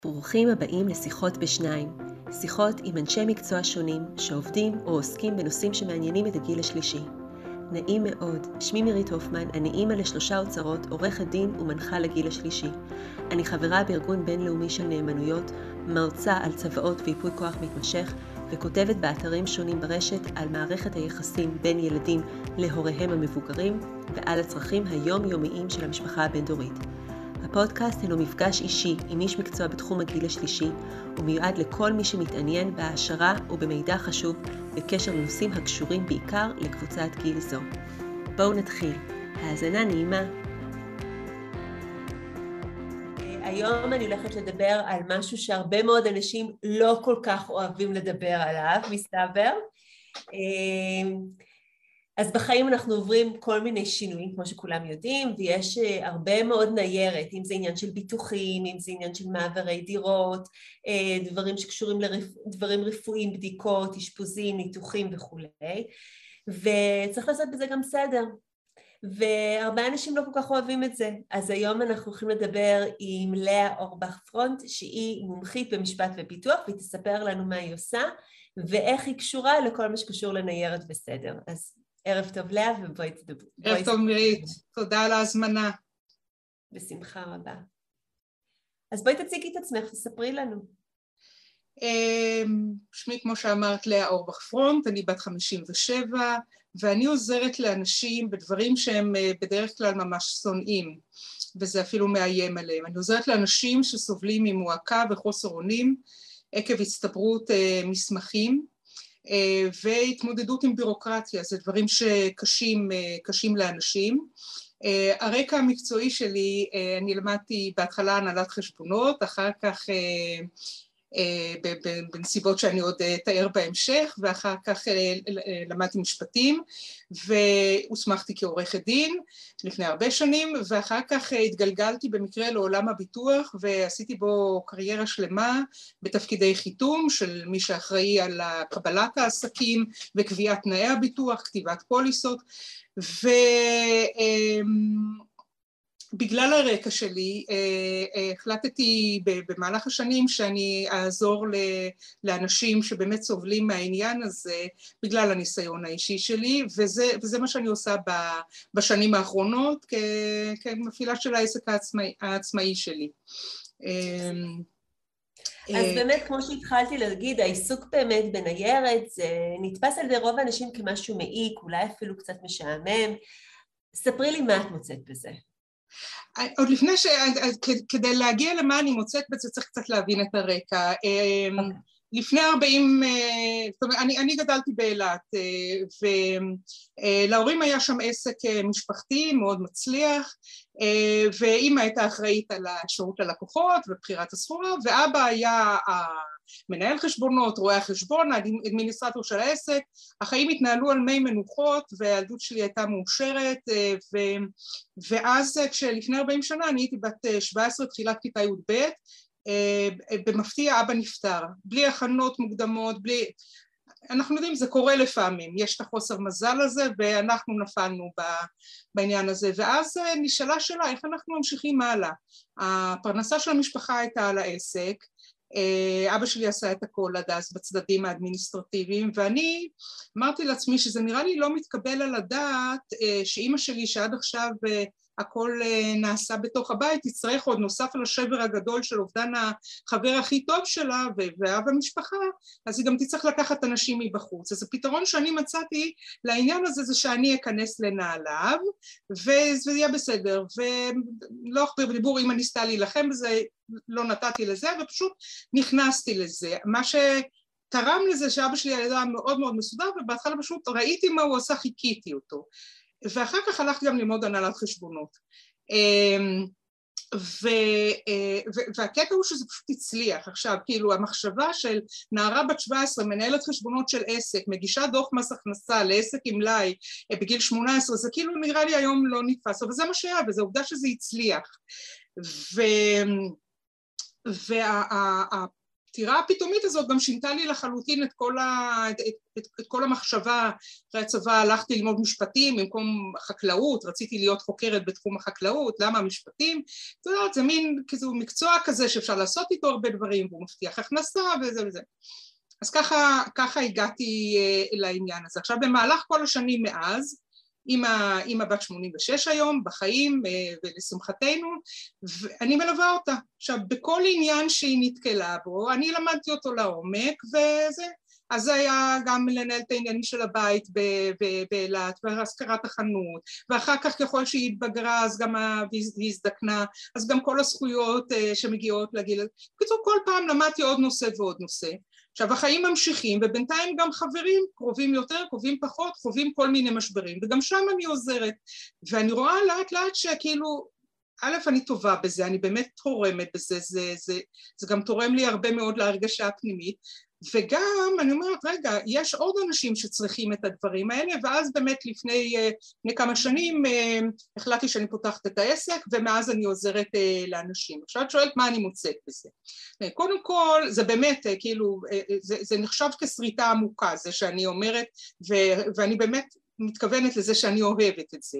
ברוכים הבאים לשיחות בשניים, שיחות עם אנשי מקצוע שונים שעובדים או עוסקים בנושאים שמעניינים את הגיל השלישי. נעים מאוד, שמי מירית הופמן, אני אימא לשלושה אוצרות, עורכת דין ומנחה לגיל השלישי. אני חברה בארגון בינלאומי של נאמנויות, מרצה על צוואות וייפוי כוח מתמשך, וכותבת באתרים שונים ברשת על מערכת היחסים בין ילדים להוריהם המבוגרים, ועל הצרכים היומיומיים של המשפחה הבין-דורית. הפודקאסט הינו מפגש אישי עם איש מקצוע בתחום הגיל השלישי, ומיועד לכל מי שמתעניין בהעשרה ובמידע חשוב בקשר לנושאים הקשורים בעיקר לקבוצת גיל זו. בואו נתחיל. האזנה נעימה. היום אני הולכת לדבר על משהו שהרבה מאוד אנשים לא כל כך אוהבים לדבר עליו, מסתבר. אז בחיים אנחנו עוברים כל מיני שינויים, כמו שכולם יודעים, ויש הרבה מאוד ניירת, אם זה עניין של ביטוחים, אם זה עניין של מעברי דירות, דברים שקשורים לדברים רפואיים, בדיקות, אשפוזים, ניתוחים וכו'. וצריך לעשות בזה גם סדר. והרבה אנשים לא כל כך אוהבים את זה. אז היום אנחנו הולכים לדבר עם לאה אורבך פרונט, שהיא מומחית במשפט ופיתוח, והיא תספר לנו מה היא עושה, ואיך היא קשורה לכל מה שקשור לניירת וסדר. אז ערב טוב לאה, ובואי תדברי. ערב טוב מירית, תודה על ההזמנה. בשמחה רבה. אז בואי תציגי את עצמך, תספרי לנו. שמי כמו שאמרת לאה אורבך פרונט, אני בת 57, ואני עוזרת לאנשים בדברים שהם בדרך כלל ממש שונאים, וזה אפילו מאיים עליהם. אני עוזרת לאנשים שסובלים ממועקה וחוסר אונים, עקב הצטברות מסמכים, והתמודדות עם בירוקרטיה, זה דברים שקשים לאנשים. הרקע המקצועי שלי, אני למדתי בהתחלה הנהלת חשבונות, אחר כך בנסיבות שאני עוד אתאר בהמשך, ואחר כך למדתי משפטים, והוסמכתי כעורכת דין לפני הרבה שנים, ואחר כך התגלגלתי במקרה לעולם הביטוח, ועשיתי בו קריירה שלמה בתפקידי חיתום של מי שאחראי על קבלת העסקים, וקביעת תנאי הביטוח, כתיבת פוליסות, בגלל הרקע שלי, החלטתי במהלך השנים שאני אעזור לאנשים שבאמת סובלים מהעניין הזה, בגלל הניסיון האישי שלי, וזה מה שאני עושה בשנים האחרונות, כמפעילה של העסק העצמאי שלי. אז באמת, כמו שהתחלתי להגיד, העיסוק באמת בניירת, זה נתפס על ידי רוב האנשים כמשהו מעיק, אולי אפילו קצת משעמם. ספרי לי מה את מוצאת בזה. עוד לפני כדי להגיע למה אני מוצאת בזה צריך קצת להבין את הרקע. לפני 40, זאת אומרת, אני גדלתי באילת, ולהורים היה שם עסק משפחתי מאוד מצליח, ואמא הייתה אחראית על שירות ללקוחות ובחירת הסחורה, ואבא היה מנהל חשבונות, רואה החשבון, האדמיניסטרטור של העסק. החיים התנהלו על מי מנוחות, והילדות שלי הייתה מאושרת, ואז כשלפני 40 שנה אני הייתי בת 17, תחילת כיתה י"ב, במפתיע אבא נפטר, בלי הכנות מוקדמות, אנחנו יודעים, זה קורה לפעמים, יש את החוסר מזל הזה, ואנחנו נפלנו בעניין הזה, ואז נשאלה שאלה, איך אנחנו ממשיכים הלאה? הפרנסה של המשפחה הייתה על העסק, אבא שלי עשה את הכל עד אז בצדדים האדמיניסטרטיביים, ואני אמרתי לעצמי שזה נראה לי לא מתקבל על הדעת, שאימא שלי שעד עכשיו הכל נעשה בתוך הבית, תצטרך עוד נוסף על השבר הגדול של אובדן החבר הכי טוב שלה ואב המשפחה, אז היא גם תצטרך לקחת אנשים מבחוץ. אז הפתרון שאני מצאתי לעניין הזה זה שאני אכנס לנעליו, וזה יהיה בסדר, ולא אכביר בדיבור, אמא ניסתה להילחם בזה, לא נתתי לזה, ופשוט נכנסתי לזה. מה שתרם לזה שאבא שלי היה מאוד מאוד מסודר, ובהתחלה פשוט ראיתי מה הוא עושה, חיכיתי אותו. ואחר כך הלכתי גם ללמוד הנהלת חשבונות. והקטע הוא שזה פשוט הצליח. עכשיו, כאילו, המחשבה של נערה בת 17, מנהלת חשבונות של עסק, מגישה דוח מס הכנסה לעסק עם מלאי בגיל 18, זה כאילו נראה לי היום לא נתפס, אבל זה מה שהיה, וזו עובדה שזה הצליח. הפטירה הפתאומית הזאת גם שינתה לי לחלוטין את כל המחשבה. אחרי הצבא הלכתי ללמוד משפטים במקום חקלאות, רציתי להיות חוקרת בתחום החקלאות, למה משפטים? אתה יודעת, זה מין כזו מקצוע כזה שאפשר לעשות איתו הרבה דברים, והוא מבטיח הכנסה וזה וזה. אז ככה הגעתי לעניין הזה. עכשיו במהלך כל השנים מאז, אמא בת 86 היום בחיים ולשמחתנו, ואני מלווה אותה. עכשיו בכל עניין שהיא נתקלה בו, אני למדתי אותו לעומק וזה, אז זה היה גם לנהל את העניינים של הבית באילת, והזכרת החנות, ואחר כך ככל שהיא התבגרה אז גם היא הזדקנה, אז גם כל הזכויות שמגיעות לגיל, בקיצור כל פעם למדתי עוד נושא ועוד נושא. עכשיו החיים ממשיכים ובינתיים גם חברים קרובים יותר, קרובים פחות, חווים כל מיני משברים וגם שם אני עוזרת ואני רואה לאט לאט שכאילו א' אני טובה בזה, אני באמת תורמת בזה, זה גם תורם לי הרבה מאוד להרגשה הפנימית וגם אני אומרת רגע יש עוד אנשים שצריכים את הדברים האלה ואז באמת לפני כמה שנים החלטתי שאני פותחת את העסק ומאז אני עוזרת לאנשים. עכשיו את שואלת מה אני מוצאת בזה. קודם כל זה באמת כאילו זה נחשב כסריטה עמוקה זה שאני אומרת ואני באמת מתכוונת לזה שאני אוהבת את זה.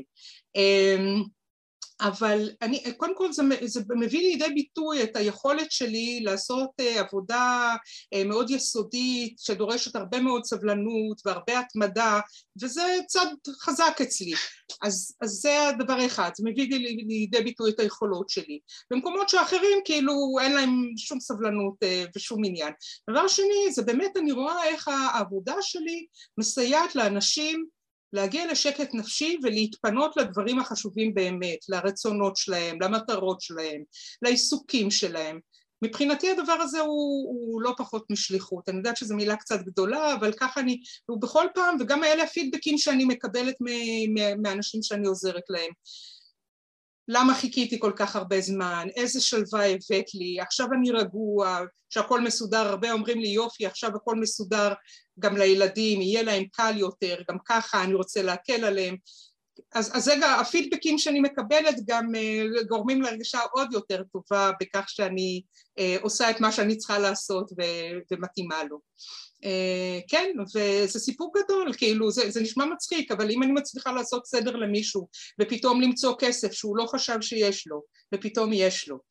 אבל קודם כל זה מביא לידי ביטוי את היכולת שלי לעשות עבודה מאוד יסודית שדורשת הרבה מאוד סבלנות והרבה התמדה וזה צד חזק אצלי. אז זה הדבר אחד, זה מביא לידי ביטוי את היכולות שלי. במקומות שאחרים כאילו אין להם שום סבלנות ושום עניין. דבר שני זה באמת אני רואה איך העבודה שלי מסייעת לאנשים להגיע לשקט נפשי ולהתפנות לדברים החשובים באמת, לרצונות שלהם, למטרות שלהם, לעיסוקים שלהם. מבחינתי הדבר הזה הוא לא פחות משליחות. אני יודעת שזו מילה קצת גדולה, אבל ככה הוא בכל פעם, וגם אלה הפידבקים שאני מקבלת מאנשים שאני עוזרת להם. למה חיכיתי כל כך הרבה זמן, איזה שלווה הבאת לי, עכשיו אני רגוע, שהכל מסודר, הרבה אומרים לי יופי, עכשיו הכל מסודר גם לילדים, יהיה להם קל יותר, גם ככה אני רוצה להקל עליהם, אז רגע, הפידבקים שאני מקבלת גם גורמים להרגשה עוד יותר טובה בכך שאני עושה את מה שאני צריכה לעשות ומתאימה לו. כן, וזה סיפוק גדול, כאילו זה נשמע מצחיק, אבל אם אני מצליחה לעשות סדר למישהו ופתאום למצוא כסף שהוא לא חשב שיש לו ופתאום יש לו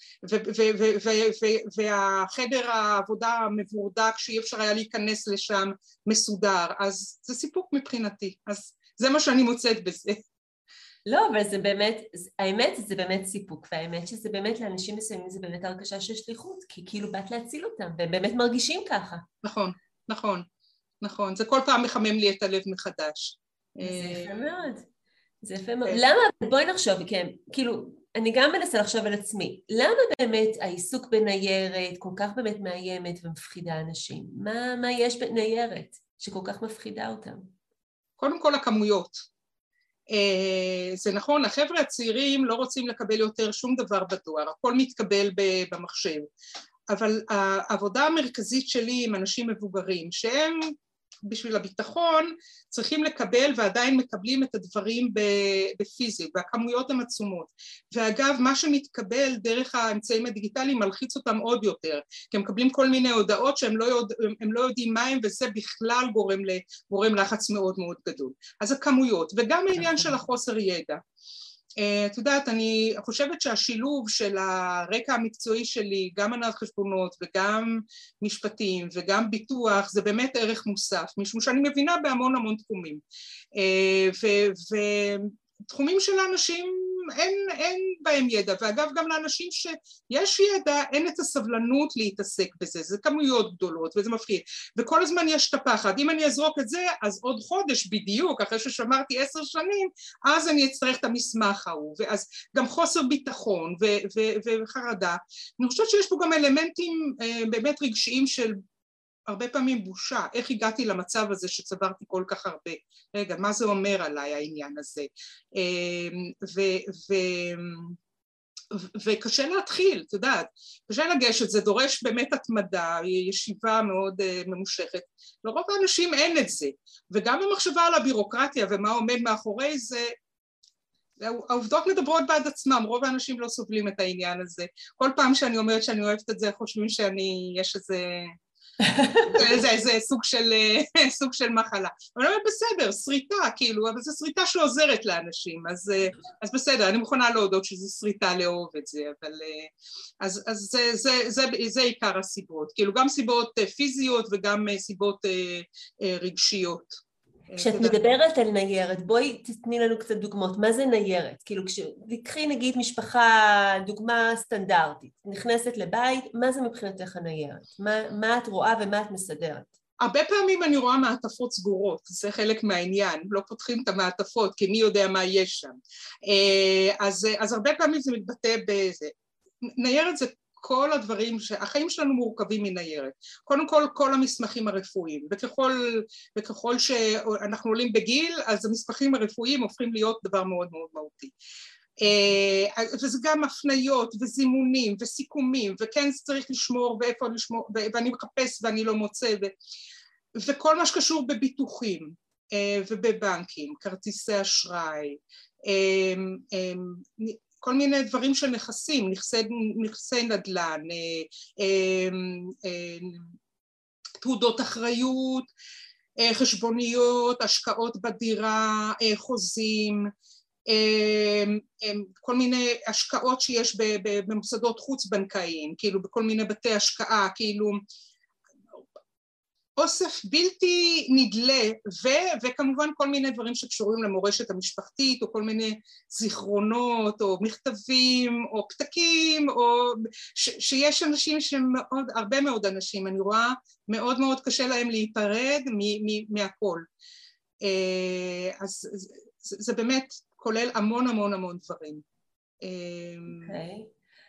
והחדר העבודה המבורדק שאי אפשר היה להיכנס לשם מסודר, אז זה סיפוק מבחינתי, אז זה מה שאני מוצאת בזה. לא, אבל זה באמת, האמת זה באמת סיפוק, והאמת שזה באמת לאנשים מסוימים זה באמת הרגשה של שליחות, כי כאילו באת להציל אותם, והם באמת מרגישים ככה. נכון. נכון, נכון, זה כל פעם מחמם לי את הלב מחדש. זה יפה מאוד, זה יפה מאוד. למה, בואי נחשוב, כן, כאילו, אני גם מנסה לחשוב על עצמי, למה באמת העיסוק בניירת כל כך באמת מאיימת ומפחידה אנשים? מה יש בניירת שכל כך מפחידה אותם? קודם כל הכמויות. זה נכון, החבר'ה הצעירים לא רוצים לקבל יותר שום דבר בדואר, הכל מתקבל במחשב. אבל העבודה המרכזית שלי עם אנשים מבוגרים, שהם בשביל הביטחון צריכים לקבל ועדיין מקבלים את הדברים בפיזית, והכמויות הן עצומות. ואגב, מה שמתקבל דרך האמצעים הדיגיטליים מלחיץ אותם עוד יותר, כי הם מקבלים כל מיני הודעות שהם לא יודעים מה הם, וזה בכלל גורם לחץ מאוד מאוד גדול. אז הכמויות, וגם העניין של החוסר ידע. את יודעת, אני חושבת שהשילוב של הרקע המקצועי שלי, גם הנהלת חשבונות וגם משפטים וגם ביטוח, זה באמת ערך מוסף, משום שאני מבינה בהמון המון תחומים. ותחומים של האנשים אין בהם ידע, ואגב גם לאנשים שיש ידע אין את הסבלנות להתעסק בזה, זה כמויות גדולות וזה מפחיד, וכל הזמן יש את הפחד, אם אני אזרוק את זה אז עוד חודש בדיוק, אחרי ששמרתי 10 שנים, אז אני אצטרך את המסמך ההוא, ואז גם חוסר ביטחון וחרדה. אני חושבת שיש פה גם אלמנטים באמת רגשיים של הרבה פעמים בושה, איך הגעתי למצב הזה שצברתי כל כך הרבה, רגע, מה זה אומר עליי העניין הזה, וקשה להתחיל, את יודעת, קשה לגשת, זה דורש באמת התמדה, ישיבה מאוד ממושכת, לרוב האנשים אין את זה, וגם במחשבה על הבירוקרטיה ומה עומד מאחורי זה, העובדות מדברות בעד עצמם, רוב האנשים לא סובלים את העניין הזה. כל פעם שאני אומרת שאני אוהבת את זה, חושבים יש איזה סוג של מחלה. אבל אני אומרת, בסדר, שריטה, כאילו, אבל זו שריטה שעוזרת לאנשים, אז בסדר, אני מוכנה להודות שזו שריטה לאהוב את זה, אבל אז זה עיקר הסיבות, כאילו, גם סיבות פיזיות וגם סיבות רגשיות. כשאת מדברת על ניירת, בואי תתני לנו קצת דוגמאות, מה זה ניירת? כאילו, כשתקחי נגיד משפחה, דוגמה סטנדרטית, נכנסת לבית, מה זה מבחינתך הניירת? מה את רואה ומה את מסדרת? הרבה פעמים אני רואה מעטפות סגורות, זה חלק מהעניין, לא פותחים את המעטפות, כי מי יודע מה יש שם. אז הרבה פעמים זה מתבטא בזה. ניירת זה כל הדברים, החיים שלנו מורכבים מניירת. קודם כל המסמכים הרפואיים, וככל שאנחנו עולים בגיל, אז המסמכים הרפואיים הופכים להיות דבר מאוד מאוד מהותי. וזה גם הפניות וזימונים וסיכומים, וכן צריך לשמור ואיפה לשמור, ואני מחפש ואני לא מוצא, וכל מה שקשור בביטוחים ובבנקים, כרטיסי אשראי, כל מיני דברים של נכסים, נכסי נדל"ן, תעודות אחריות, חשבוניות, השקעות בדירה, חוזים, כל מיני השקעות שיש במוסדות חוץ בנקאיים, כאילו בכל מיני בתי השקעה, כאילו אוסף בלתי נדלה, וכמובן כל מיני דברים שקשורים למורשת המשפחתית, או כל מיני זיכרונות, או מכתבים, או פתקים, או שיש אנשים שמאוד, הרבה מאוד אנשים, אני רואה, מאוד מאוד קשה להם להיפרד מהכל. אז זה באמת כולל המון המון המון דברים. אוקיי.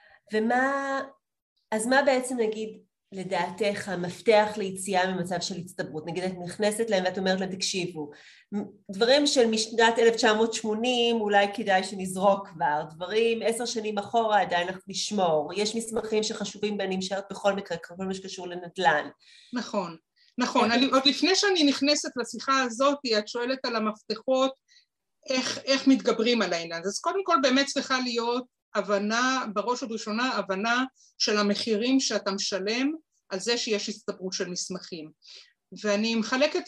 אז מה בעצם נגיד, לדעתך המפתח ליציאה ממצב של הצטברות? נגיד את נכנסת להם ואת אומרת להם, תקשיבו, דברים של משנת 1980 אולי כדאי שנזרוק כבר, דברים 10 שנים אחורה עדיין אנחנו נשמור, יש מסמכים שחשובים ואני נשארת בכל מקרה, כל מה שקשור לנדל"ן. נכון, נכון. עוד לפני שאני נכנסת לשיחה הזאת, את שואלת על המפתחות, איך מתגברים על העניין. אז קודם כל באמת צריכה להיות הבנה, בראש ובראשונה, הבנה של המחירים שאתה משלם על זה שיש הצטברות של מסמכים. ואני מחלקת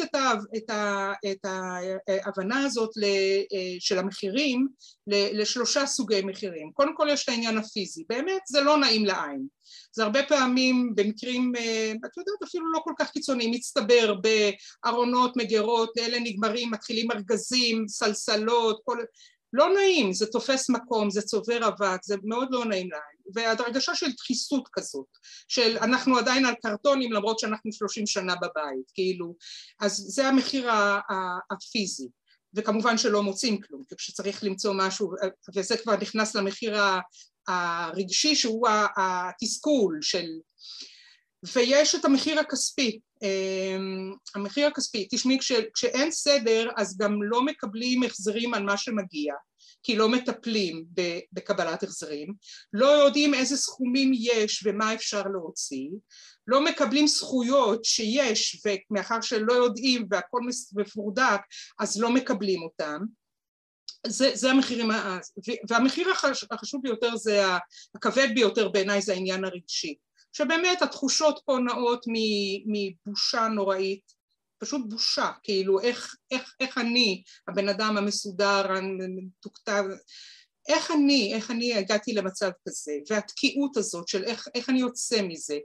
את ההבנה הזאת של המחירים לשלושה סוגי מחירים. קודם כל יש את העניין הפיזי, באמת זה לא נעים לעין. זה הרבה פעמים במקרים, את יודעת, אפילו לא כל כך קיצוניים, מצטבר בארונות, מגירות, אלה נגמרים, מתחילים ארגזים, סלסלות, לא נעים, זה תופס מקום, זה צובר אבק, זה מאוד לא נעים לעין. והדרגשה של דחיסות כזאת, של אנחנו עדיין על קרטונים למרות שאנחנו 30 שנה בבית, כאילו, אז זה המחיר הפיזי, וכמובן שלא מוצאים כלום, כי כשצריך למצוא משהו, וזה כבר נכנס למחיר הרגשי שהוא התסכול של, ויש את המחיר הכספי, המחיר הכספי, תשמעי, כשאין סדר אז גם לא מקבלים החזרים על מה שמגיע, כי לא מטפלים בקבלת החזרים, לא יודעים איזה סכומים יש ומה אפשר להוציא, לא מקבלים זכויות שיש ומאחר שלא יודעים והכל מפורדק אז לא מקבלים אותם, זה המחירים, והמחיר החשוב ביותר זה הכבד ביותר בעיניי זה העניין הרגשי, שבאמת התחושות פה נעות מבושה נוראית, פשוט בושה, כאילו איך אני, הבן אדם המסודר, המתוקתב, איך אני הגעתי למצב כזה, והתקיעות הזאת של איך אני יוצא מזה,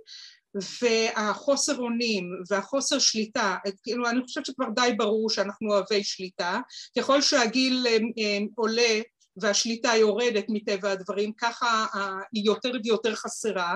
והחוסר אונים והחוסר שליטה, כאילו אני חושבת שכבר די ברור שאנחנו אוהבי שליטה, ככל שהגיל עולה והשליטה יורדת מטבע הדברים, ככה היא יותר ויותר חסרה,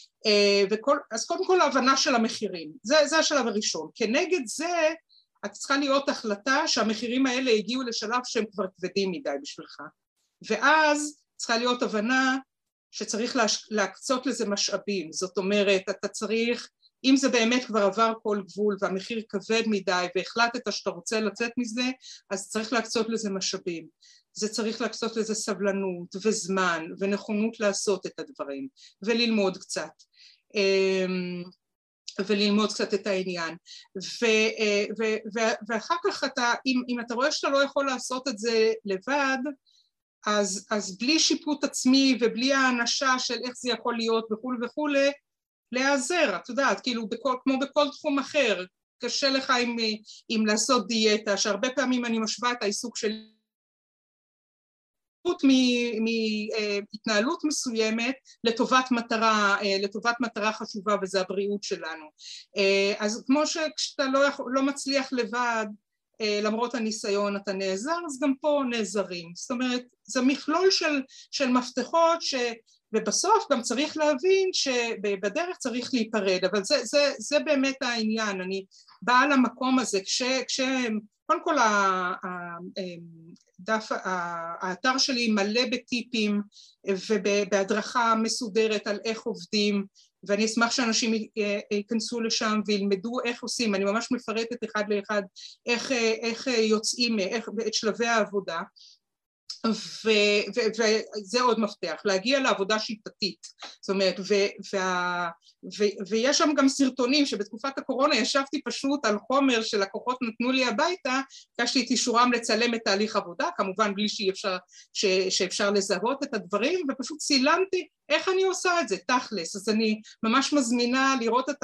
אז קודם כל ההבנה של המחירים, זה השלב הראשון. כנגד זה את צריכה להיות החלטה שהמחירים האלה הגיעו לשלב שהם כבר כבדים מדי בשבילך, ואז צריכה להיות הבנה שצריך להקצות לזה משאבים, זאת אומרת אתה צריך, אם זה באמת כבר עבר כל גבול והמחיר כבד מדי והחלטת שאתה רוצה לצאת מזה, אז צריך להקצות לזה משאבים, זה צריך להקצות לזה סבלנות וזמן ונכונות לעשות את הדברים וללמוד קצת. וללמוד קצת את העניין, ואחר כך אם אתה רואה שאתה לא יכול לעשות את זה לבד, אז בלי שיפוט עצמי ובלי האנשה של איך זה יכול להיות וכו' וכו', להיעזר, את יודעת, כאילו כמו בכל תחום אחר, קשה לך עם לעשות דיאטה, שהרבה פעמים אני משווה את העיסוק שלי, מהתנהלות מסוימת לטובת מטרה חשובה, וזה הבריאות שלנו. אז כמו שכשאתה לא מצליח לבד, למרות הניסיון אתה נעזר, אז גם פה נעזרים. זאת אומרת, זה מכלול של מפתחות ובסוף גם צריך להבין שבדרך צריך להיפרד, אבל זה באמת העניין. אני באה למקום הזה, קודם כל האתר שלי מלא בטיפים ובהדרכה מסודרת על איך עובדים, ואני אשמח שאנשים ייכנסו לשם וילמדו איך עושים. אני ממש מפרטת אחד לאחד איך יוצאים את שלבי העבודה, וזה עוד מפתח, להגיע לעבודה שיטתית. זאת אומרת, ויש שם גם סרטונים שבתקופת הקורונה ישבתי פשוט על חומר שלקוחות נתנו לי הביתה, ביקשתי את אישורם לצלם את תהליך עבודה, כמובן בלי שאפשר לזהות את הדברים, ופשוט צילמתי איך אני עושה את זה, תכלס. אז אני ממש מזמינה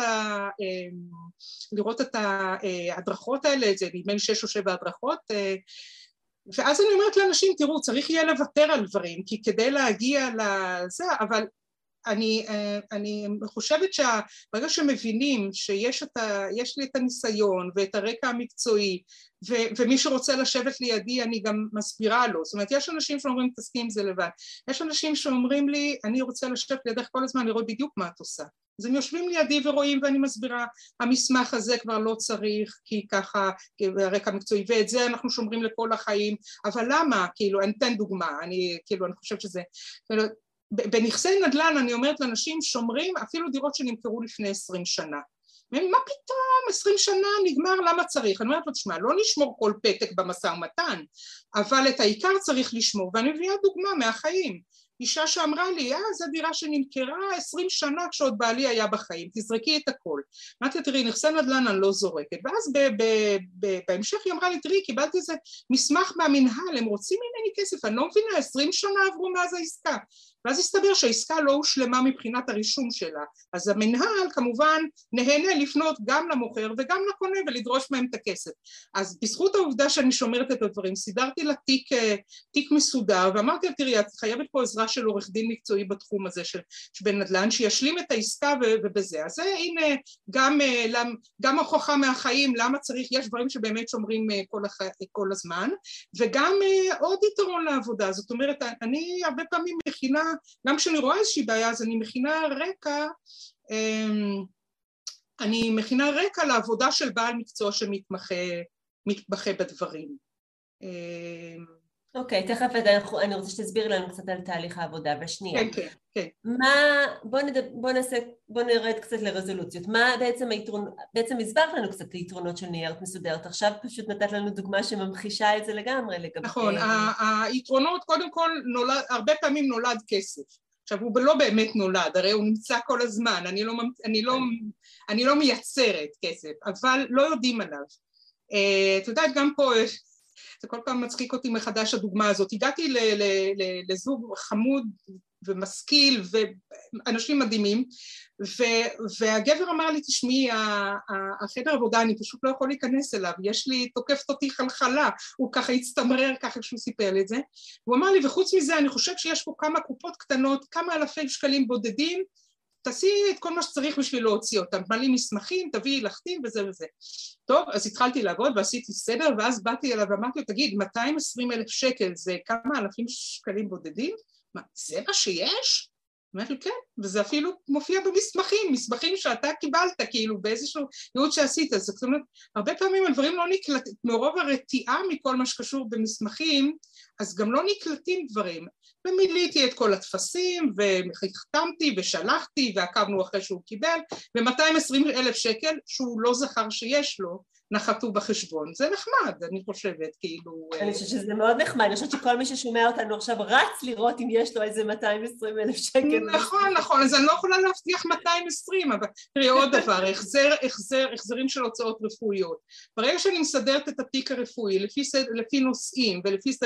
לראות את ההדרכות האלה, זה נדמה לי 6 או 7 הדרכות, ואז אני אומרת לאנשים, תראו, צריך יהיה לוותר על דברים, כי כדי להגיע לזה, אבל אני חושבת שברגע שמבינים שיש לי את הניסיון ואת הרקע המקצועי, ומי שרוצה לשבת לידי אני גם מסבירה לו. זאת אומרת, יש אנשים שאומרים תסכים עם זה לבד, יש אנשים שאומרים לי אני רוצה לשבת לידך כל הזמן לראות בדיוק מה את עושה, אז הם יושבים לידי ורואים ואני מסבירה, המסמך הזה כבר לא צריך כי ככה, הרקע המקצועי, ואת זה אנחנו שומרים לכל החיים, אבל למה? כאילו, אני אתן דוגמה, אני חושבת שזה, בנכסי נדל"ן אני אומרת לאנשים שומרים אפילו דירות שנמכרו לפני 20 שנה. מה פתאום, 20 שנה נגמר, למה צריך? אני אומרת לו, תשמע, לא נשמור כל פתק במשא ומתן, אבל את העיקר צריך לשמור, ואני מביאה דוגמה מהחיים. אישה שאמרה לי, זו דירה שנמכרה 20 שנה כשעוד בעלי היה בחיים, תזרקי את הכל. אמרתי, תראי, נכסי נדל"ן אני לא זורקת, ואז בהמשך היא אמרה לי, תראי, קיבלתי איזה מסמך מהמנהל, הם רוצים ממני כסף, אני לא מבינה, 20 שנה עברו מאז העסקה. ואז הסתבר שהעסקה לא הושלמה מבחינת הרישום שלה, אז המנהל כמובן נהנה לפנות גם למוכר וגם לקונה ולדרוש מהם את הכסף. אז בזכות העובדה שאני שומרת את הדברים, סידרתי לה תיק מסודר, ואמרתי לה, תראי, את חייבת פה עזרה של עורך דין מקצועי בתחום הזה של נדל"ן, שישלים את העסקה ובזה. אז הנה גם הוכחה מהחיים, למה צריך, יש דברים שבאמת שומרים כל הזמן, וגם עוד יתרון לעבודה. זאת אומרת, אני הרבה פעמים מכינה, גם כשאני רואה איזושהי בעיה, אז אני מכינה רקע לעבודה של בעל מקצוע שמתמחה בדברים. אוקיי, תכף אני רוצה שתסביר לנו קצת על תהליך העבודה. בשנייה. כן. בוא נרד קצת לרזולוציות. מה בעצם הסברת לנו קצת ליתרונות של ניירת מסודרת. עכשיו פשוט נתת לנו דוגמה שממחישה את זה לגמרי. נכון, היתרונות קודם כל הרבה פעמים נולד כסף. עכשיו הוא לא באמת נולד, הרי הוא נמצא כל הזמן, אני לא מייצרת כסף, אבל לא יודעים עליו. את יודעת, גם פה זה כל פעם מצחיק אותי מחדש הדוגמה הזאת. הגעתי לזוג חמוד ומשכיל ואנשים מדהימים, והגבר אמר לי, תשמעי, החדר עבודה, אני פשוט לא יכול להיכנס אליו, יש לי, תוקפת אותי חלחלה, הוא ככה הצטמרר ככה כשהוא סיפר לי את זה, הוא אמר לי, וחוץ מזה אני חושב שיש פה כמה קופות קטנות, כמה אלפי שקלים בודדים, תעשי את כל מה שצריך בשביל להוציא אותם, תמלאי מסמכים, תביאי לחתים וזה וזה. טוב, אז התחלתי לעבוד ועשיתי סדר, ואז באתי אליו ואמרתי לו, תגיד, 220,000 שקל זה כמה אלפים שקלים בודדים? מה, זה מה שיש? אמרתי לו, כן, וזה אפילו מופיע מסמכים שאתה קיבלת, כאילו באיזשהו ייעוד שעשית. זאת אומרת, הרבה פעמים הדברים לא נקלטים, מרוב הרתיעה מכל מה שקשור במסמכים, אז גם לא נקלטים דברים. ומיליתי את כל התפסים, והחתמתי ושלחתי, ועקבנו אחרי שהוא קיבל, ו220,000 שקל שהוא לא זכר שיש לו, נחתו בחשבון. זה נחמד, אני חושבת, כאילו... אני חושבת שזה מאוד נחמד, אני חושבת שכל מי ששומע אותנו עכשיו רץ לראות אם יש לו איזה 220,000 שקל. נכון, אז אני לא יכולה להבטיח 220, אבל תראי עוד דבר, החזרים של הוצאות רפואיות. ברגע שאני מסדרת את התיק הרפואי, לפי נושאים ולפי סדר כרונולוגי,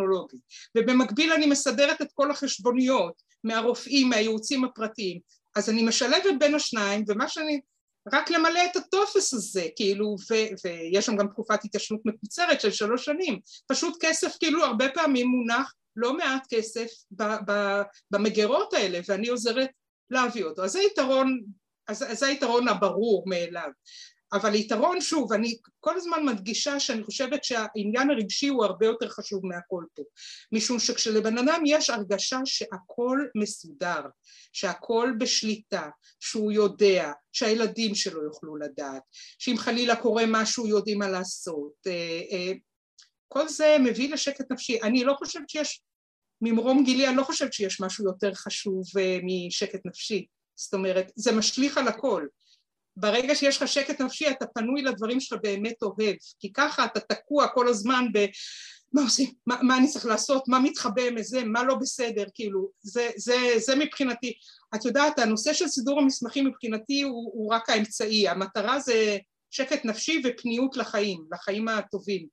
כרונולוגי, ובמקביל אני מסדרת את כל החשבוניות מהרופאים, מהייעוצים הפרטיים, אז אני משלבת בין השניים, ומה שאני, רק למלא את הטופס הזה, כאילו, ויש שם גם תקופת התיישנות מקוצרת של 3 שנים, פשוט כסף, כאילו, הרבה פעמים מונח לא מעט כסף במגירות האלה, ואני עוזרת להביא אותו. אז זה היתרון הברור מאליו. אבל היתרון, שוב, אני כל הזמן מדגישה שאני חושבת שהעניין הרגשי הוא הרבה יותר חשוב מהכל פה. משום שכשלבן אדם יש הרגשה שהכל מסודר, שהכל בשליטה, שהוא יודע, שהילדים שלו יוכלו לדעת, שאם חלילה קורה משהו יודעים מה לעשות, כל זה מביא לשקט נפשי. אני לא חושבת שיש, ממרום גילי, אני לא חושבת שיש משהו יותר חשוב משקט נפשי. זאת אומרת, זה משליך על הכל. ברגע שיש לך שקט נפשי, אתה פנוי לדברים שאתה באמת אוהב, כי ככה אתה תקוע כל הזמן מה עושים, מה אני צריך לעשות, מה מתחבא מזה, מה לא בסדר, כאילו, זה מבחינתי. את יודעת, הנושא של סידור המסמכים מבחינתי הוא רק האמצעי, המטרה זה שקט נפשי ופניות לחיים הטובים.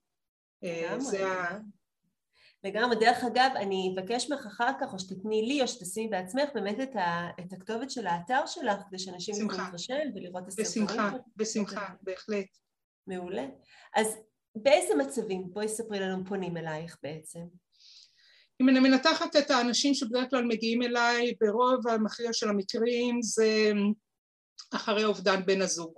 לגמרי, דרך אגב, אני אבקש ממך אחר כך, או שתתני לי, או שתשימי בעצמך, באמת את הכתובת של האתר שלך, כדי שאנשים יוכלו להתרשם ולראות את הסרטונים. בשמחה, בהחלט. מעולה. אז באיזה מצבים, בואי ספרי לנו, פונים אלייך בעצם? אם אני מנתחת את האנשים שבדרך כלל מגיעים אליי, ברוב המכריע של המקרים, זה אחרי אובדן בן הזוג.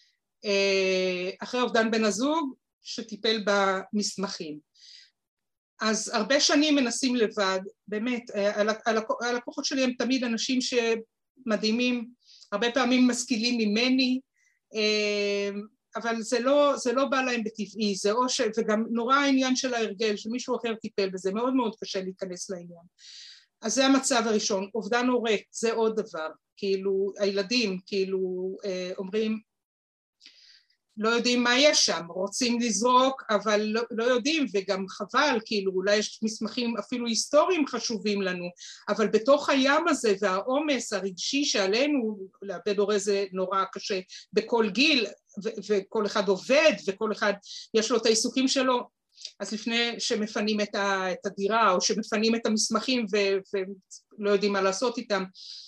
אחרי אובדן בן הזוג, שטיפל במסמכים. אז הרבה שנים מנסים לבד, באמת, הלקוחות שלי הם תמיד אנשים שמדהימים, הרבה פעמים משכילים ממני, אבל זה לא בא להם בטבעי, וגם נורא העניין של ההרגל, שמישהו אחר טיפל בזה, מאוד מאוד קשה להיכנס לעניין. אז זה המצב הראשון. אובדן הורה, זה עוד דבר, כאילו הילדים כאילו אומרים, לא יודעים מה יש שם, רוצים לזרוק, אבל לא יודעים, וגם חבל, כאילו אולי יש מסמכים אפילו היסטוריים חשובים לנו, אבל בתוך הים הזה והעומס הרגשי שעלינו, לאבד הורה זה נורא קשה בכל גיל, וכל אחד עובד, וכל אחד יש לו את העיסוקים שלו, אז לפני שמפנים את הדירה, או שמפנים את המסמכים ולא יודעים מה לעשות איתם,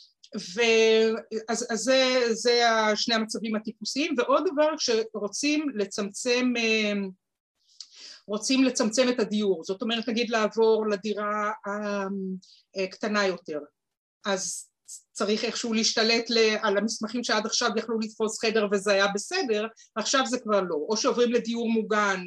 אז זה שני המצבים הטיפוסיים. ועוד דבר, שרוצים לצמצם את הדיור, זאת אומרת נגיד לעבור לדירה הקטנה יותר, אז צריך איכשהו להשתלט על המסמכים שעד עכשיו יכלו לתפוס חדר וזה היה בסדר, עכשיו זה כבר לא, או שעוברים לדיור מוגן,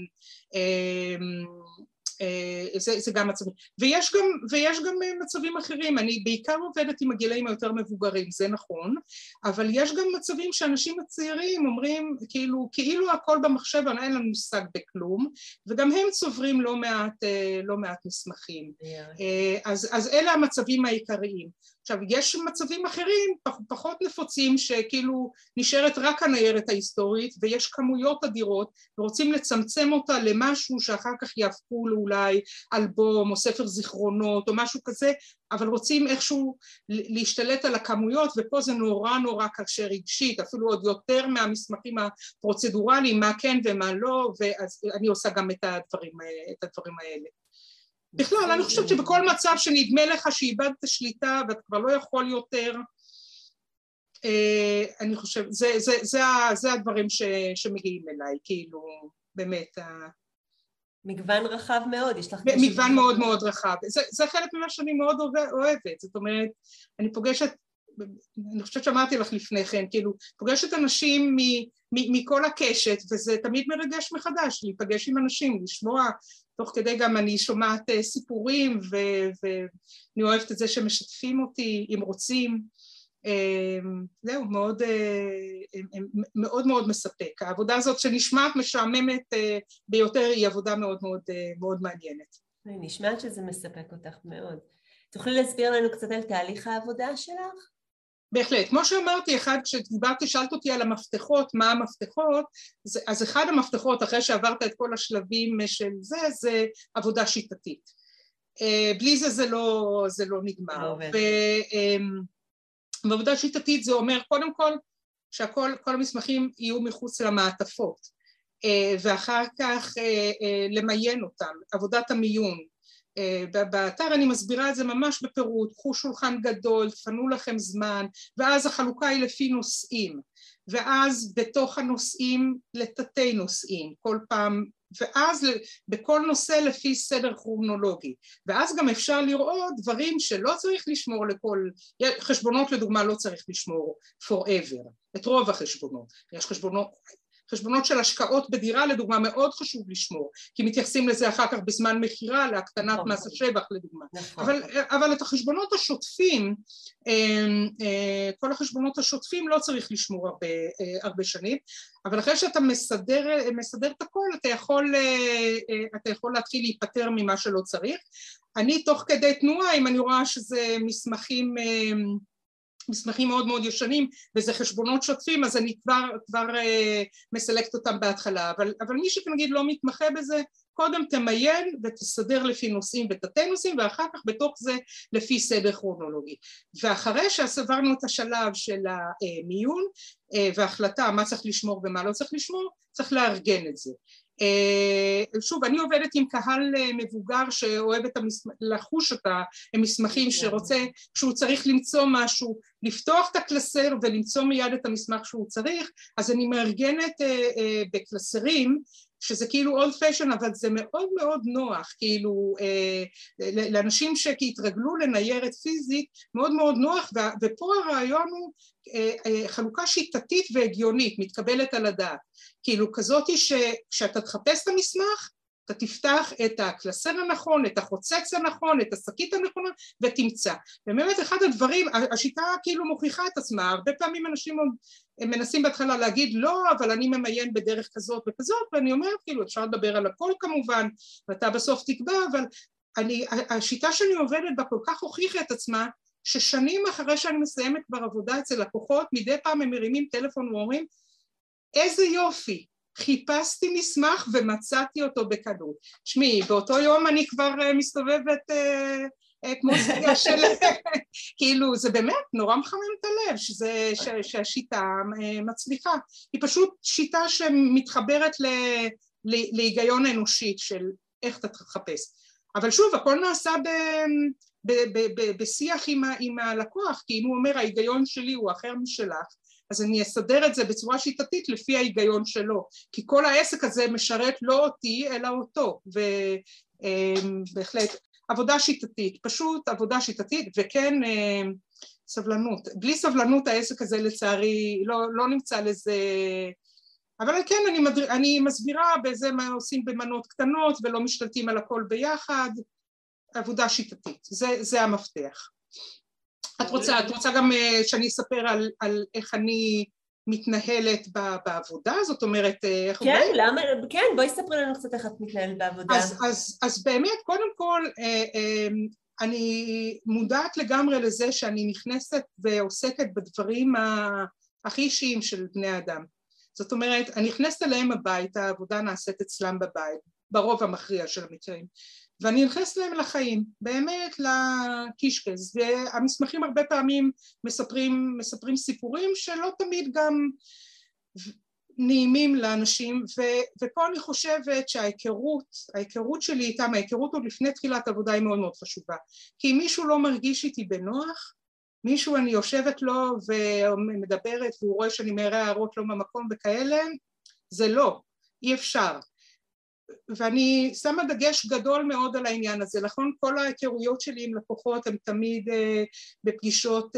זה גם מצבים, ויש גם מצבים אחרים. אני בעיקר עובדת עם הגילאים היותר מבוגרים, זה נכון, אבל יש גם מצבים שאנשים הצעירים אומרים כאילו הכל במחשב, אין לנו מושג בכלום, וגם הם צוברים לא מעט מסמכים. אז אלה המצבים העיקריים. עכשיו, יש מצבים אחרים פחות נפוצים שכאילו נשארת רק הניירת ההיסטורית, ויש כמויות אדירות, ורוצים לצמצם אותה למשהו שאחר כך יהפכו לאולי אלבום או ספר זיכרונות או משהו כזה, אבל רוצים איכשהו להשתלט על הכמויות, ופה זה נורא קשה רגשית, אפילו עוד יותר מהמסמכים הפרוצדורליים, מה כן ומה לא, ואז אני עושה גם את הדברים האלה. בכלל, אני חושבת שבכל מצב שנדמה לך שאיבדת שליטה ואת כבר לא יכול יותר, אני חושבת, זה הדברים שמגיעים אליי, כאילו, באמת. מגוון רחב מאוד, יש לך... מגוון מאוד מאוד רחב. זה חלק ממה שאני מאוד אוהבת, זאת אומרת, אני פוגשת, אני חושבת שאמרתי לך לפני כן, כאילו, פוגשת אנשים מכל הקשת, וזה תמיד מרגש מחדש, להיפגש עם אנשים, לשמוע, תוך כדי גם אני שומעת סיפורים, ואני אוהבת את זה שמשתפים אותי, אם רוצים, זהו, מאוד מאוד מספק. העבודה הזאת שנשמעת משעממת ביותר, היא עבודה מאוד מעניינת. נשמעת שזה מספק אותך מאוד. תוכלי להסביר לנו קצת על תהליך העבודה שלך? בהחלט. כמו שאמרתי, כשדיברתי, שאלת אותי על המפתחות, מה המפתחות, אז אחד המפתחות, אחרי שעברת את כל השלבים של זה עבודה שיטתית. בלי זה לא נגמר. ועבודה שיטתית זה אומר, קודם כל, שכל המסמכים יהיו מחוץ למעטפות, ואחר כך למיין אותם, עבודת המיון, באתר אני מסבירה את זה ממש בפירוט, קחו שולחן גדול, תפנו לכם זמן, ואז החלוקה היא לפי נושאים, ואז בתוך הנושאים לתתי נושאים, כל פעם, ואז בכל נושא לפי סדר כרונולוגי, ואז גם אפשר לראות דברים שלא צריך לשמור לכל, חשבונות לדוגמה לא צריך לשמור forever, את רוב החשבונות, יש חשבונות של השקעות בדירה לדוגמה מאוד חשוב לשמור, כי מתייחסים לזה אחר כך בזמן מחירה להקטנת מס השבח לדוגמה, אבל את החשבונות השוטפים, כל החשבונות השוטפים לא צריך לשמור הרבה שנים, אבל אחרי שאתה מסדר את הכל אתה יכול להתחיל להיפטר ממה שלא צריך. אני תוך כדי תנועה, אם אני רואה שזה מסמכים מאוד מאוד ישנים וזה חשבונות שוטפים, אז אני כבר מסלקט אותם בהתחלה, אבל מי שכנגיד לא מתמחה בזה, קודם תמיין ותסדר לפי נושאים ותתי נושאים, ואחר כך בתוך זה לפי סדר כרונולוגי. ואחרי שעברנו את השלב של המיון וההחלטה מה צריך לשמור ומה לא צריך לשמור, צריך לארגן את זה. שוב, אני עובדת עם קהל מבוגר שאוהב לחוש את המסמכים, שרוצה, כשהוא צריך למצוא משהו, לפתוח את הקלסר ולמצוא מיד את המסמך שהוא צריך, אז אני מארגנת בקלסרים, שזה כאילו old fashion, אבל זה מאוד מאוד נוח, כאילו לאנשים שהתרגלו לניירת פיזית, מאוד מאוד נוח, ופה הרעיון הוא חלוקה שיטתית והגיונית, מתקבלת על הדעת, כאילו כזאת היא שכשאתה תחפש את המסמך, אתה תפתח את הקלסר הנכון, את החוצץ הנכון, את השקית הנכונה, ותמצא. ובאמת אחד הדברים, השיטה כאילו מוכיחה את עצמה, הרבה פעמים אנשים מנסים בהתחלה להגיד לא, אבל אני ממיין בדרך כזאת וכזאת, ואני אומרת כאילו אפשר לדבר על הכל כמובן, ואתה בסוף תקבע, אבל השיטה שאני עובדת בה כל כך הוכיחה את עצמה, ששנים אחרי שאני מסיימת כבר עבודה אצל לקוחות, מדי פעם הם מרימים טלפון ואומרים, איזה יופי, חיפשתי מסמך ומצאתי אותו בקלות. שמי, באותו יום אני כבר מסתובבת כמו סוגיה של, כאילו זה באמת נורא מחמם את הלב, שהשיטה מצליחה. היא פשוט שיטה שמתחברת להיגיון האנושית של איך אתה תחפש. אבל שוב, הכל נעשה בשיח עם הלקוח, כי אם הוא אומר ההיגיון שלי הוא אחר משלך, אז אני אסדר את זה בצורה שיטתית לפי ההיגיון שלו, כי כל העסק הזה משרת לא אותי אלא אותו, ובהחלט עבודה שיטתית, פשוט עבודה שיטתית, וכן סבלנות, בלי סבלנות העסק הזה לצערי לא נמצא לזה, אבל כן אני מסבירה בזה מה עושים במנות קטנות ולא משתלטים על הכל ביחד, עבודה שיטתית, זה המפתח. את רוצה גם שאני אספר על איך אני מתנהלת בעבודה, זאת אומרת, איך כן, למה, כן, בואי ספרי לנו קצת איך את מתנהלת בעבודה. אז באמת, קודם כל, אני מודעת לגמרי לזה שאני נכנסת ועוסקת בדברים הכי אישיים של בני אדם. זאת אומרת, אני נכנסת אליהם הביתה, העבודה נעשית אצלם בבית, ברוב המכריע של המקרים. ואני נכנס להם לחיים, באמת לקישקס, והמסמכים הרבה פעמים מספרים סיפורים שלא תמיד גם נעימים לאנשים, ופה אני חושבת שההיכרות שלי איתם, ההיכרות עוד לפני תחילת עבודה היא מאוד מאוד חשובה, כי אם מישהו לא מרגיש איתי בנוח, מישהו אני יושבת לו ומדברת והוא רואה שאני מעירה הערות לא במקום וכאלה, זה לא, אי אפשר. ואני שמה דגש גדול מאוד על העניין הזה, נכון? כל ההיכרויות שלי עם לקוחות הן תמיד בפגישות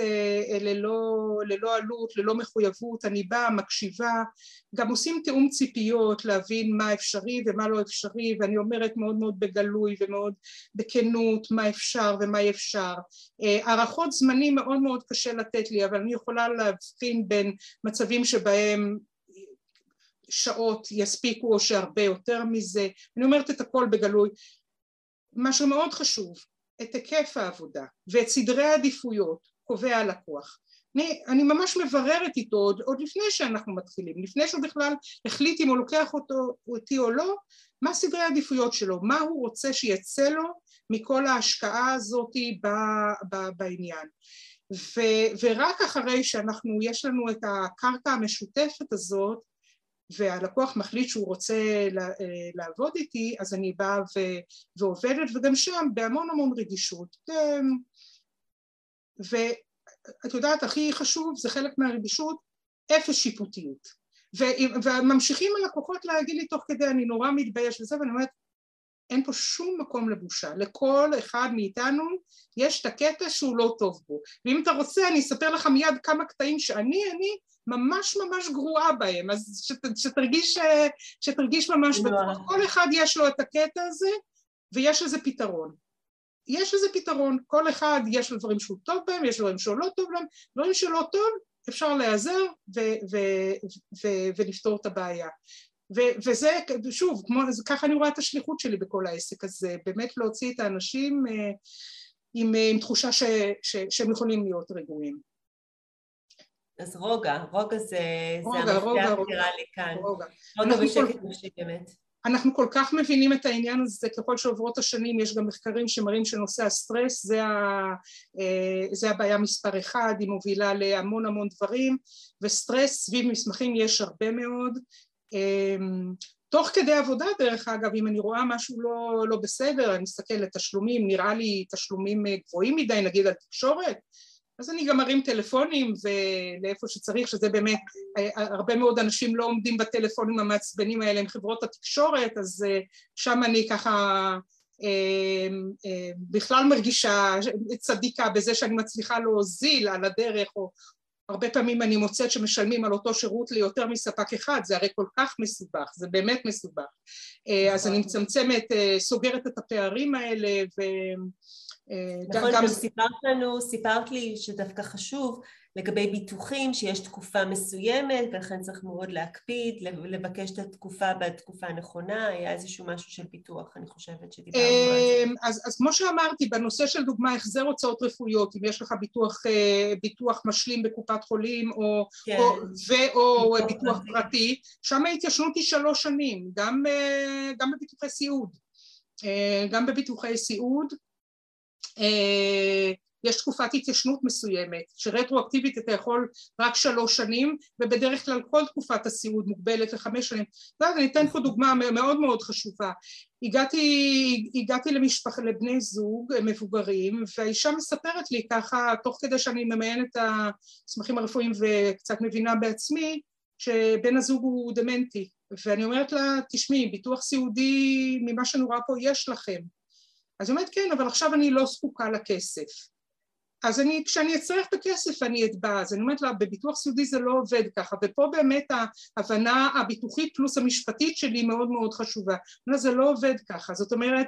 ללא עלות, ללא מחויבות, אני באה, מקשיבה, גם עושים תאום ציפיות להבין מה אפשרי ומה לא אפשרי, ואני אומרת מאוד מאוד בגלוי ומאוד בכנות מה אפשר ומה אי אפשר. הערכות זמנים מאוד מאוד קשה לתת לי, אבל אני יכולה להבחין בין מצבים שבהם שעות יספיקו או שהרבה יותר מזה, אני אומרת את הכל בגלוי. משהו מאוד חשוב, את היקף העבודה ואת סדרי העדיפויות קובע הלקוח. אני ממש מבררת איתו עוד לפני שאנחנו מתחילים, לפני שהוא בכלל החליט אם הוא לוקח אותי או לא, מה סדרי העדיפויות שלו, מה הוא רוצה שיצא לו מכל ההשקעה הזאת בעניין. ורק אחרי יש לנו את הקרקע המשותפת הזאת, והלקוח מחליט שהוא רוצה לעבוד איתי, אז אני באה ועובדת, וגם שם בהמון המון רגישות. ואת יודעת, הכי חשוב, זה חלק מהרגישות, אפס שיפוטיות. וממשיכים הלקוחות להגיד לי תוך כדי, אני נורא מתבייש וזה, ואני אומרת, אין פה שום מקום לבושה, לכל אחד מאיתנו יש את הקטע שהוא לא טוב בו, ואם אתה רוצה אני אספר לך מיד כמה קטעים שאני ממש ממש גרועה בהם, אז שתרגיש ממש בטוח, כל אחד יש לו את הקטע הזה ויש לזה פתרון, יש לזה פתרון, כל אחד יש לו דברים שהוא טוב בהם, יש דברים שהוא לא טוב להם, דברים שלא טוב אפשר להיעזר ולפתור את הבעיה. וזה, שוב, ככה אני רואה את השליחות שלי בכל העסק הזה, באמת להוציא את האנשים עם תחושה שהם יכולים להיות רגועים. אז רוגע זה המפתח נראה לי כאן. רוגע ושקט נפשי באמת. אנחנו כל כך מבינים את העניין הזה, ככל שעוברות השנים יש גם מחקרים שמראים שנושא הסטרס זה הבעיה מספר אחד, היא מובילה להמון המון דברים, וסטרס סביב מסמכים יש הרבה מאוד, תוך כדי עבודה דרך אגב, אם אני רואה משהו לא בסדר, אני מסתכל לתשלומים, נראה לי תשלומים גבוהים מדי, נגיד על תקשורת, אז אני גם מרים טלפונים ולאיפה שצריך, שזה באמת, הרבה מאוד אנשים לא עומדים בטלפונים המעצבנים האלה עם חברות התקשורת, אז שם אני ככה בכלל מרגישה צדיקה בזה שאני מצליחה להוזיל על הדרך, או הרבה פעמים אני מוצאת שמשלמים על אותו שירות ליותר מספק אחד, זה הרי כל כך מסובך, זה באמת מסובך. אז אני מצמצמת, סוגרת את הפערים האלה, נכון, גם סיפרת לי שדווקא חשוב לגבי ביטוחים, שיש תקופה מסוימת, ולכן צריך מאוד להקפיד, לבקש את התקופה בתקופה הנכונה, היה איזשהו משהו של ביטוח, אני חושבת שדיברנו על זה. אז כמו שאמרתי, בנושא של דוגמה, החזר הוצאות רפואיות, אם יש לך ביטוח משלים בקופת חולים, או ביטוח פרטי, שם ההתיישנות היא 3 שנים, גם בביטוחי סיעוד. גם בביטוחי סיעוד, יש תקופת התיישנות מסוימת, שרטרואקטיבית אתה יכול רק 3 שנים, ובדרך כלל כל תקופת הסיעוד מוגבלת ל5 שנים. ואני אתן פה דוגמה מאוד מאוד חשובה. הגעתי לבני זוג מבוגרים, והאישה מספרת לי ככה, תוך כדי שאני ממיינת את המסמכים הרפואיים וקצת מבינה בעצמי, שבן הזוג הוא דמנטי. ואני אומרת לה, תשמעי, ביטוח סיעודי ממה שאני רואה פה יש לכם. אז היא אומרת, כן, אבל עכשיו אני לא זקוקה לכסף. אז כשאני אצטרך את הכסף אני אתבע, אז אני אומרת לה, בביטוח סיעודי זה לא עובד ככה, ופה באמת ההבנה הביטוחית פלוס המשפטית שלי מאוד מאוד חשובה. זה לא עובד ככה, זאת אומרת,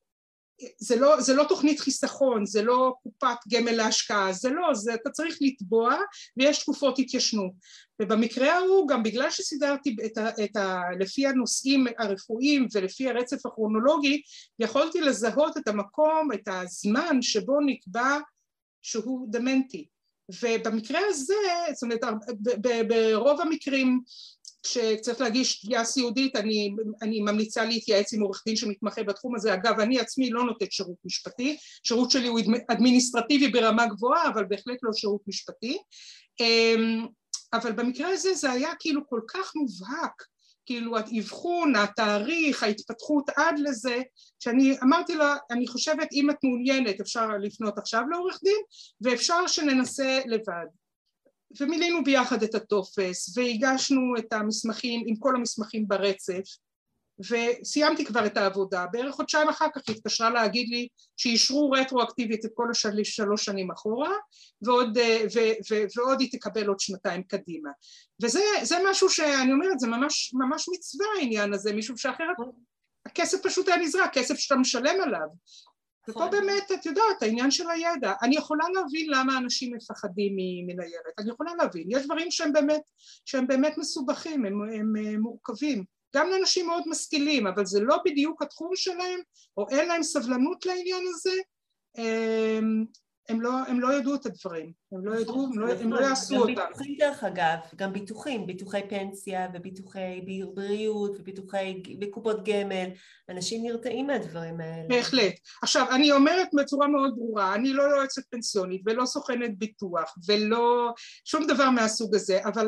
זה לא תוכנית חיסכון, זה לא קופת גמל להשקעה, זה לא, אתה צריך לתבוע ויש תקופות התיישנות. ובמקרה ההוא, גם בגלל שסידרתי לפי הנושאים הרפואיים ולפי הרצף הכרונולוגי, יכולתי לזהות את המקום, את הזמן שבו נקבע שהוא דמנטי. ובמקרה הזה, זאת אומרת, ברוב המקרים כשצריך להגיש תביעה סיעודית, אני ממליצה להתייעץ עם עורך דין שמתמחה בתחום הזה. אגב, אני עצמי לא נותנת שירות משפטי, שירות שלי הוא אדמיניסטרטיבי ברמה גבוהה, אבל בהחלט לא שירות משפטי. אבל במקרה הזה זה היה כאילו כל כך מובהק, כאילו האבחון, התאריך, ההתפתחות עד לזה, שאני אמרתי לה, אני חושבת אם את מעוניינת אפשר לפנות עכשיו לעורך דין, ואפשר שננסה לבד. ומילינו ביחד את הטופס, והגשנו את המסמכים, עם כל המסמכים ברצף, וסיימתי כבר את העבודה. בערך חודשיים אחר כך התקשרה להגיד לי שישרו רטרואקטיבית את כל 3 שנים אחורה, ועוד היא תקבל עוד 2 קדימה. וזה משהו שאני אומרת, זה ממש מצווה העניין הזה, משום שאחרת הכסף פשוט היה נזרק, כסף שאתה משלם עליו. ופה באמת, את יודעת, העניין של הידע, אני יכולה להבין למה אנשים מפחדים מניירת, אני יכולה להבין, יש דברים שהם באמת מסובכים, הם מורכבים, גם לאנשים מאוד משכילים, אבל זה לא בדיוק התחום שלהם, או אין להם סבלנות לעניין הזה, הם לא ידעו את הדברים, הם לא ידעו, הם לא יעשו אותם. גם ביטוחים דרך אגב, גם ביטוחי פנסיה וביטוחי בריאות בקופות גמל, אנשים נרתעים מהדברים האלה. בהחלט. עכשיו, אני אומרת בצורה מאוד ברורה, אני לא יועצת פנסיונית ולא סוכנת ביטוח ולא שום דבר מהסוג הזה, אבל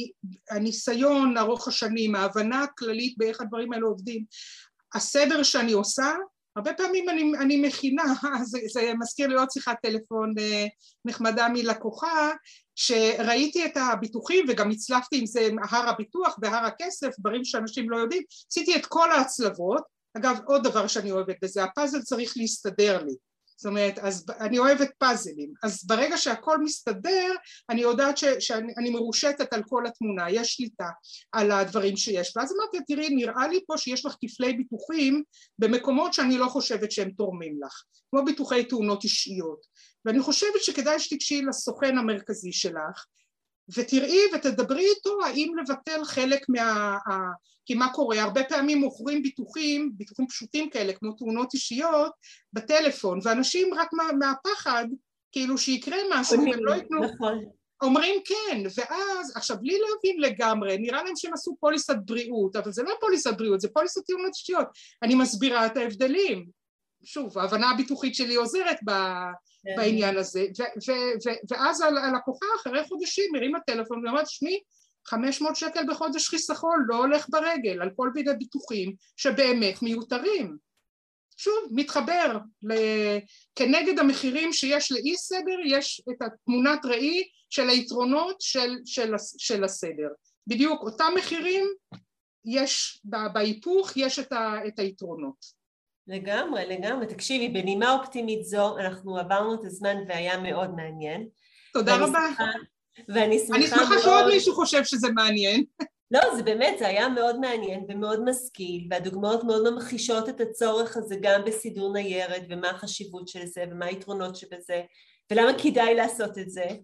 הניסיון ארוך השנים, ההבנה הכללית באיך הדברים האלה עובדים, הסדר שאני עושה, הרבה פעמים אני מכינה, זה מזכיר לי עוד שיחת טלפון נחמדה מלקוחה, שראיתי את הביטוחים וגם הצלפתי עם זה הר הביטוח והר הכסף, דברים שאנשים לא יודעים, עשיתי את כל ההצלבות, אגב עוד דבר שאני אוהבת בזה, הפאזל צריך להסתדר לי, זאת אומרת, אז אני אוהבת פאזלים, אז ברגע שהכל מסתדר, אני יודעת שאני מרושתת על כל התמונה, יש שליטה על הדברים שיש, ואז אמרתי, תראי, נראה לי פה שיש לך כפלי ביטוחים במקומות שאני לא חושבת שהם תורמים לך, כמו ביטוחי תאונות אישיות, ואני חושבת שכדאי שתקשי לסוכן המרכזי שלך, ותראי ותדברי איתו האם לבטל חלק כי מה קורה? הרבה פעמים מוכרים ביטוחים פשוטים כאלה כמו תאונות אישיות בטלפון, ואנשים רק מהפחד כאילו שיקרה משהו, הם לא ייתנו, אומרים כן, ואז עכשיו בלי להבין לגמרי, נראה להם שהם עשו פוליסת בריאות, אבל זה לא פוליסת בריאות, זה פוליסת תאונות אישיות, אני מסבירה את ההבדלים, שוב, ההבנה הביטוחית שלי עוזרת בעניין הזה, ואז הלקוחה אחרי חודשים מרים הטלפון ואומרת, שמי, 500 שקל בחודש חיסכון לא הולך ברגל על כל מיני ביטוחים שבאמת מיותרים. שוב, מתחבר, כנגד המחירים שיש לאי סדר, יש את התמונת ראי של היתרונות של הסדר. בדיוק אותם מחירים, יש בהיפוך, יש את היתרונות. לגמרי, תקשיבי, בנימה אופטימית זו, אנחנו עברנו את הזמן והיה מאוד מעניין. תודה רבה. ואני שמחה שעוד מישהו חושב שזה מעניין. לא, זה באמת, זה היה מאוד מעניין ומאוד משכיל, והדוגמאות מאוד ממחישות את הצורך הזה גם בסידור ניירת, ומה החשיבות של זה, ומה היתרונות שבזה, ולמה כדאי לעשות את זה.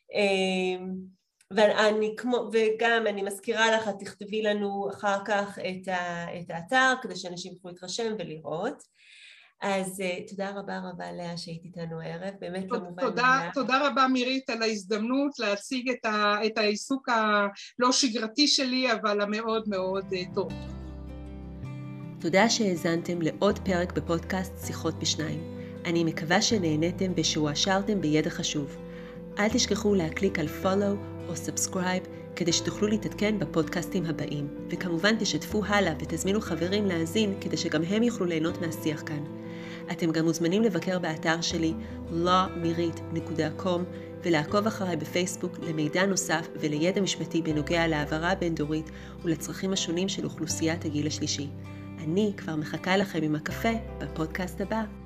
וגם אני מזכירה לך, תכתבי לנו אחר כך את האתר, כדי שאנשים יוכלו להתרשם ולראות. אז תודה רבה לאה שהיית איתנו הערב, באמת לא מובן מאליו. תודה רבה מירית על ההזדמנות להציג את העיסוק הלא שגרתי שלי, אבל המאוד מאוד טוב. תודה שהאזנתם לעוד פרק בפודקאסט שיחות בשניים. אני מקווה שנהניתם ושהועשרתם בידע חשוב. אל תשכחו להקליק על follow או subscribe כדי שתוכלו להתעדכן בפודקאסטים הבאים, וכמובן תשתפו הלאה ותזמינו חברים להאזין כדי שגם הם יוכלו ליהנות מהשיח כאן. אתם גם מוזמנים לבקר באתר שלי lawmirit.com ולעקוב אחריי בפייסבוק למידע נוסף ולידע משפטי בנוגע להעברה בין-דורית ולצרכים השונים של אוכלוסיית הגיל השלישי. אני כבר מחכה לכם עם הקפה בפודקאסט הבא.